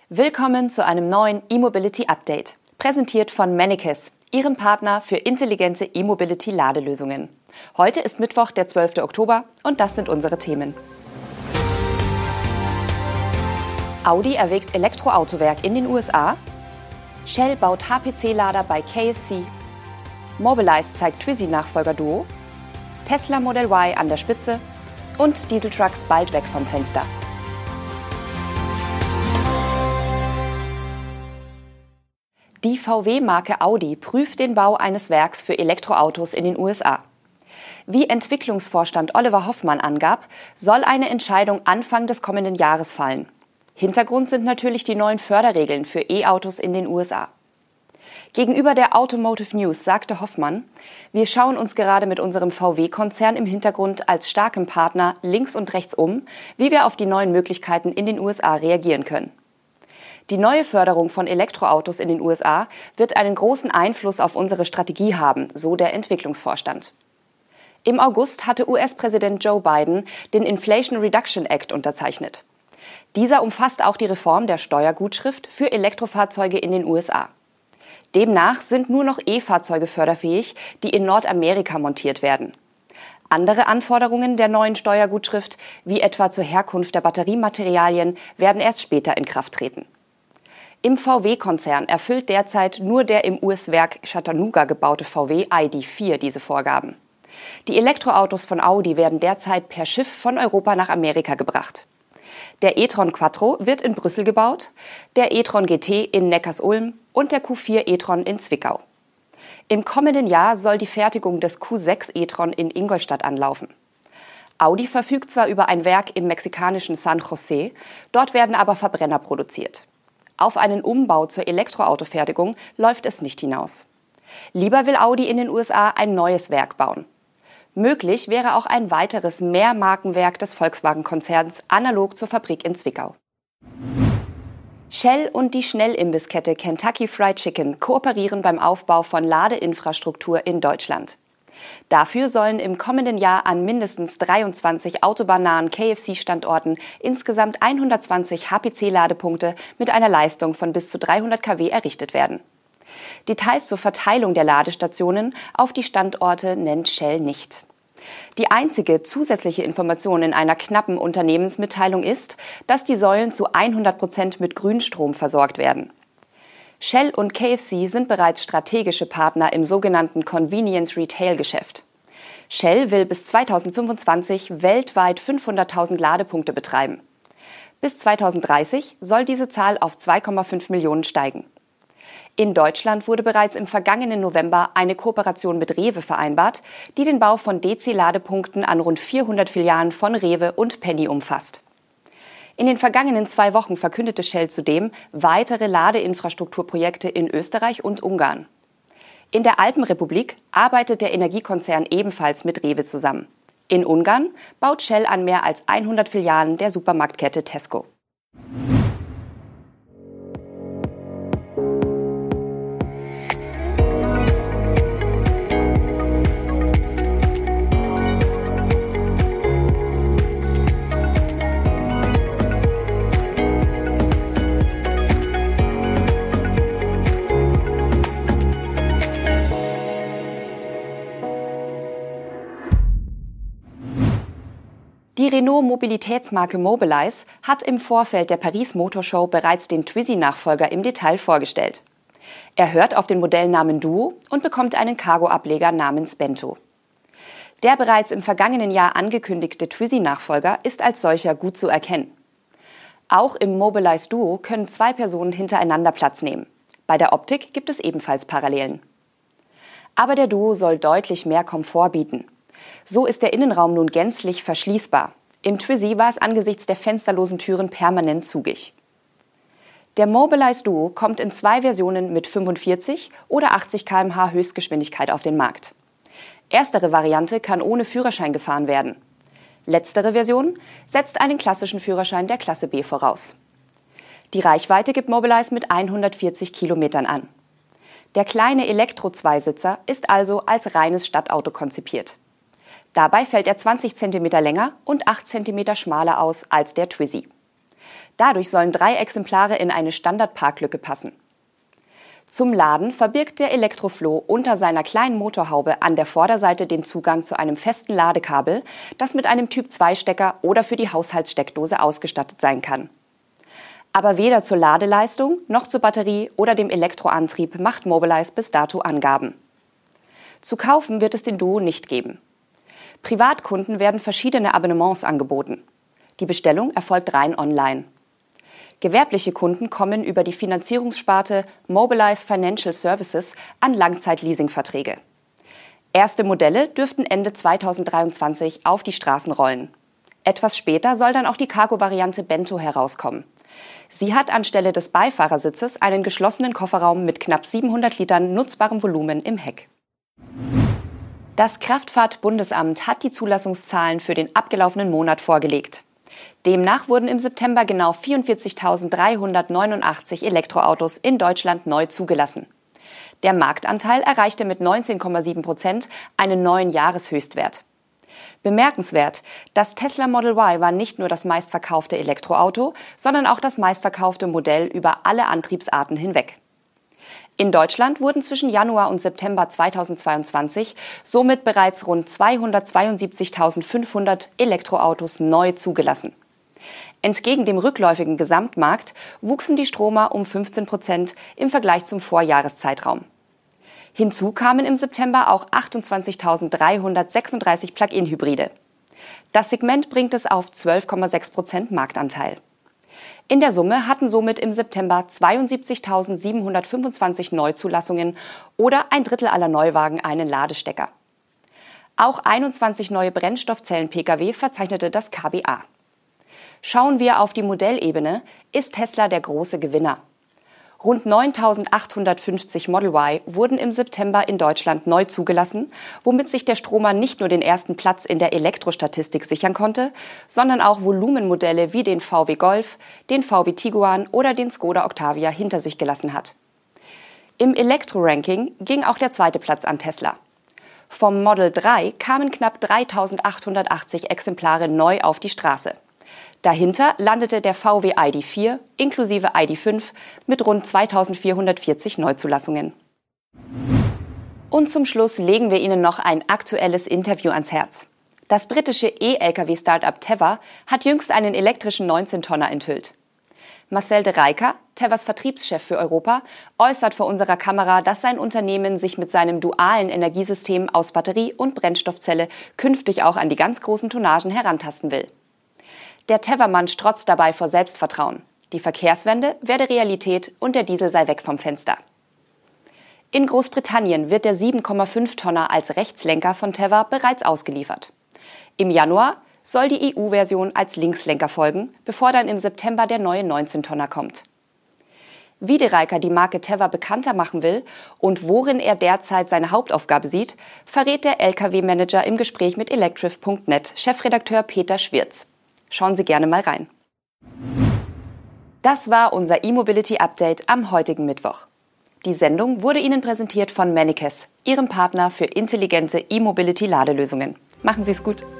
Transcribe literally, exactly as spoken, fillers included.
Willkommen zu einem neuen E-Mobility Update, präsentiert von Mennekes, Ihrem Partner für intelligente E-Mobility-Ladelösungen. Heute ist Mittwoch, der zwölfte Oktober, und das sind unsere Themen. Audi erwägt Elektroautowerk in den U S A. Shell baut H P C-Lader bei K F C. Mobilize zeigt Twizy-Nachfolger Duo. Tesla Model Y an der Spitze. Und Dieseltrucks bald weg vom Fenster. Die V W-Marke Audi prüft den Bau eines Werks für Elektroautos in den U S A. Wie Entwicklungsvorstand Oliver Hoffmann angab, soll eine Entscheidung Anfang des kommenden Jahres fallen. Hintergrund sind natürlich die neuen Förderregeln für E-Autos in den U S A. Gegenüber der Automotive News sagte Hoffmann, wir schauen uns gerade mit unserem V W-Konzern im Hintergrund als starkem Partner links und rechts um, wie wir auf die neuen Möglichkeiten in den U S A reagieren können. Die neue Förderung von Elektroautos in den U S A wird einen großen Einfluss auf unsere Strategie haben, so der Entwicklungsvorstand. Im August hatte U S-Präsident Joe Biden den Inflation Reduction Act unterzeichnet. Dieser umfasst auch die Reform der Steuergutschrift für Elektrofahrzeuge in den U S A. Demnach sind nur noch E-Fahrzeuge förderfähig, die in Nordamerika montiert werden. Andere Anforderungen der neuen Steuergutschrift, wie etwa zur Herkunft der Batteriematerialien, werden erst später in Kraft treten. Im V W-Konzern erfüllt derzeit nur der im U S-Werk Chattanooga gebaute V W I D vier diese Vorgaben. Die Elektroautos von Audi werden derzeit per Schiff von Europa nach Amerika gebracht. Der e-tron Quattro wird in Brüssel gebaut, der e-tron G T in Neckarsulm und der Q vier e-tron in Zwickau. Im kommenden Jahr soll die Fertigung des Q sechs e-tron in Ingolstadt anlaufen. Audi verfügt zwar über ein Werk im mexikanischen San José, dort werden aber Verbrenner produziert. Auf einen Umbau zur Elektroautofertigung läuft es nicht hinaus. Lieber will Audi in den U S A ein neues Werk bauen. Möglich wäre auch ein weiteres Mehrmarkenwerk des Volkswagen-Konzerns analog zur Fabrik in Zwickau. Shell und die Schnellimbisskette Kentucky Fried Chicken kooperieren beim Aufbau von Ladeinfrastruktur in Deutschland. Dafür sollen im kommenden Jahr an mindestens dreiundzwanzig autobahnnahen K F C-Standorten insgesamt hundertzwanzig H P C-Ladepunkte mit einer Leistung von bis zu dreihundert Kilowatt errichtet werden. Details zur Verteilung der Ladestationen auf die Standorte nennt Shell nicht. Die einzige zusätzliche Information in einer knappen Unternehmensmitteilung ist, dass die Säulen zu hundert Prozent mit Grünstrom versorgt werden. Shell und K F C sind bereits strategische Partner im sogenannten Convenience-Retail-Geschäft. Shell will bis zweitausendfünfundzwanzig weltweit fünfhunderttausend Ladepunkte betreiben. Bis zweitausenddreißig soll diese Zahl auf zwei Komma fünf Millionen steigen. In Deutschland wurde bereits im vergangenen November eine Kooperation mit Rewe vereinbart, die den Bau von D C-Ladepunkten an rund vierhundert Filialen von Rewe und Penny umfasst. In den vergangenen zwei Wochen verkündete Shell zudem weitere Ladeinfrastrukturprojekte in Österreich und Ungarn. In der Alpenrepublik arbeitet der Energiekonzern ebenfalls mit Rewe zusammen. In Ungarn baut Shell an mehr als hundert Filialen der Supermarktkette Tesco. Die Renault-Mobilitätsmarke Mobilize hat im Vorfeld der Paris Motor Show bereits den Twizy-Nachfolger im Detail vorgestellt. Er hört auf den Modellnamen Duo und bekommt einen Cargo-Ableger namens Bento. Der bereits im vergangenen Jahr angekündigte Twizy-Nachfolger ist als solcher gut zu erkennen. Auch im Mobilize Duo können zwei Personen hintereinander Platz nehmen. Bei der Optik gibt es ebenfalls Parallelen. Aber der Duo soll deutlich mehr Komfort bieten. So ist der Innenraum nun gänzlich verschließbar. Im Twizy war es angesichts der fensterlosen Türen permanent zugig. Der Mobilize Duo kommt in zwei Versionen mit fünfundvierzig oder achtzig Kilometer pro Stunde Höchstgeschwindigkeit auf den Markt. Erstere Variante kann ohne Führerschein gefahren werden. Letztere Version setzt einen klassischen Führerschein der Klasse B voraus. Die Reichweite gibt Mobilize mit hundertvierzig Kilometern an. Der kleine Elektro-Zweisitzer ist also als reines Stadtauto konzipiert. Dabei fällt er zwanzig Zentimeter länger und acht Zentimeter schmaler aus als der Twizy. Dadurch sollen drei Exemplare in eine Standardparklücke passen. Zum Laden verbirgt der Elektrofloh unter seiner kleinen Motorhaube an der Vorderseite den Zugang zu einem festen Ladekabel, das mit einem Typ zwei Stecker oder für die Haushaltssteckdose ausgestattet sein kann. Aber weder zur Ladeleistung noch zur Batterie oder dem Elektroantrieb macht Mobilize bis dato Angaben. Zu kaufen wird es den Duo nicht geben. Privatkunden werden verschiedene Abonnements angeboten. Die Bestellung erfolgt rein online. Gewerbliche Kunden kommen über die Finanzierungssparte Mobilize Financial Services an Langzeit-Leasingverträge. Erste Modelle dürften Ende zweitausenddreiundzwanzig auf die Straßen rollen. Etwas später soll dann auch die Cargo-Variante Bento herauskommen. Sie hat anstelle des Beifahrersitzes einen geschlossenen Kofferraum mit knapp siebenhundert Litern nutzbarem Volumen im Heck. Das Kraftfahrt-Bundesamt hat die Zulassungszahlen für den abgelaufenen Monat vorgelegt. Demnach wurden im September genau vierundvierzigtausenddreihundertneunundachtzig Elektroautos in Deutschland neu zugelassen. Der Marktanteil erreichte mit neunzehn Komma sieben Prozent einen neuen Jahreshöchstwert. Bemerkenswert, das Tesla Model Y war nicht nur das meistverkaufte Elektroauto, sondern auch das meistverkaufte Modell über alle Antriebsarten hinweg. In Deutschland wurden zwischen Januar und September zweitausendzweiundzwanzig somit bereits rund zweihundertzweiundsiebzigtausendfünfhundert Elektroautos neu zugelassen. Entgegen dem rückläufigen Gesamtmarkt wuchsen die Stromer um fünfzehn Prozent im Vergleich zum Vorjahreszeitraum. Hinzu kamen im September auch achtundzwanzigtausenddreihundertsechsunddreißig Plug-in-Hybride. Das Segment bringt es auf zwölf Komma sechs Prozent Marktanteil. In der Summe hatten somit im September zweiundsiebzigtausendsiebenhundertfünfundzwanzig Neuzulassungen oder ein Drittel aller Neuwagen einen Ladestecker. Auch einundzwanzig neue Brennstoffzellen-P K W verzeichnete das K B A. Schauen wir auf die Modellebene, ist Tesla der große Gewinner. Rund neuntausendachthundertfünfzig Model Y wurden im September in Deutschland neu zugelassen, womit sich der Stromer nicht nur den ersten Platz in der Elektrostatistik sichern konnte, sondern auch Volumenmodelle wie den V W Golf, den V W Tiguan oder den Skoda Octavia hinter sich gelassen hat. Im Elektro-Ranking ging auch der zweite Platz an Tesla. Vom Model drei kamen knapp dreitausendachthundertachtzig Exemplare neu auf die Straße. Dahinter landete der V W I D vier inklusive I D fünf mit rund zweitausendvierhundertvierzig Neuzulassungen. Und zum Schluss legen wir Ihnen noch ein aktuelles Interview ans Herz. Das britische E-L K W-Startup Tevva hat jüngst einen elektrischen neunzehn-Tonner enthüllt. Marcel de Rijker, Tevvas Vertriebschef für Europa, äußert vor unserer Kamera, dass sein Unternehmen sich mit seinem dualen Energiesystem aus Batterie und Brennstoffzelle künftig auch an die ganz großen Tonnagen herantasten will. Der Tevva-Mann strotzt dabei vor Selbstvertrauen. Die Verkehrswende werde Realität und der Diesel sei weg vom Fenster. In Großbritannien wird der sieben Komma fünf Tonner als Rechtslenker von Tevva bereits ausgeliefert. Im Januar soll die E U-Version als Linkslenker folgen, bevor dann im September der neue neunzehn Tonner kommt. Wie de Rijker die Marke Tevva bekannter machen will und worin er derzeit seine Hauptaufgabe sieht, verrät der L K W-Manager im Gespräch mit electrif punkt net Chefredakteur Peter Schwirz. Schauen Sie gerne mal rein. Das war unser E-Mobility-Update am heutigen Mittwoch. Die Sendung wurde Ihnen präsentiert von Mennekes, Ihrem Partner für intelligente E-Mobility-Ladelösungen. Machen Sie es gut.